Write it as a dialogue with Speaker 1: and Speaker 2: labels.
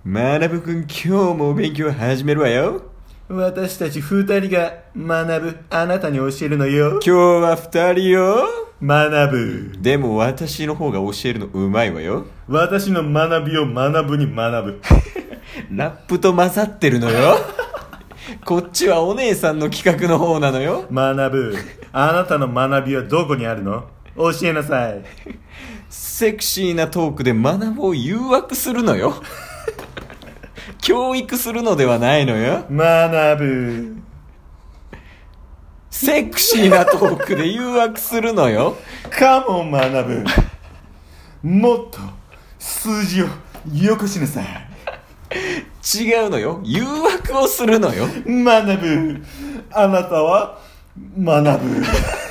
Speaker 1: 学ぶくん、今日もお勉強始めるわよ。
Speaker 2: 私たち二人が学ぶ、あなたに教えるのよ。
Speaker 1: 今日は二人よ。
Speaker 2: 学ぶ。
Speaker 1: でも私の方が教えるのうまいわよ。
Speaker 2: 私の学びを学ぶに学ぶ。
Speaker 1: ラップと混ざってるのよ。こっちはお姉さんの企画の方なのよ。
Speaker 2: 学ぶ。あなたの学びはどこにあるの？教えなさい。
Speaker 1: セクシーなトークで学ぶを誘惑するのよ。教育するのではないのよ。
Speaker 2: 学ぶ。
Speaker 1: セクシーなトークで誘惑するのよ。
Speaker 2: カモン学ぶ。もっと数字をよこしなさい。
Speaker 1: 違うのよ。誘惑をするのよ。
Speaker 2: 学ぶ。あなたは学ぶ。